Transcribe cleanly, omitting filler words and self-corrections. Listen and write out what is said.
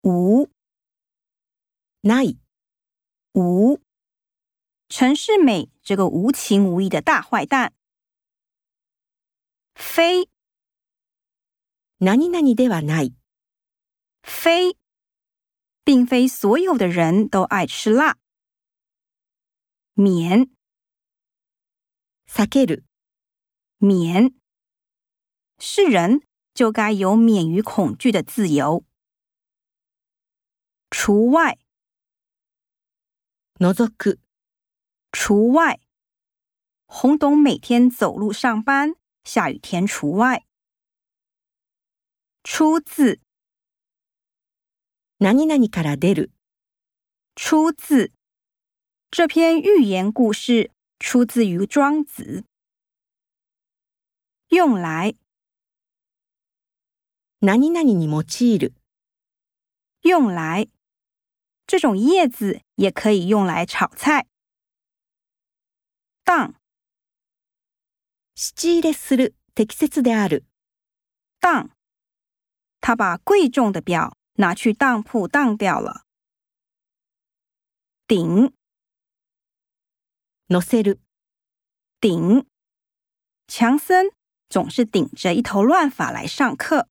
无ない、 无陈世美这个无情无义的大坏蛋。非何々ではない、 非并非所有的人都爱吃辣。免避ける、 免是人就该有免于恐惧的自由。除外除く、 除外洪董每天走路上班，下雨天除外。出自何々から出る、 出自这篇寓言故事出自于庄子。用来何々に用いる、 用来这种叶子也可以用来炒菜。当質入れする、適切である。 当他把贵重的表拿去当铺当掉了。顶乗せる、 顶强森总是顶着一头乱发来上课。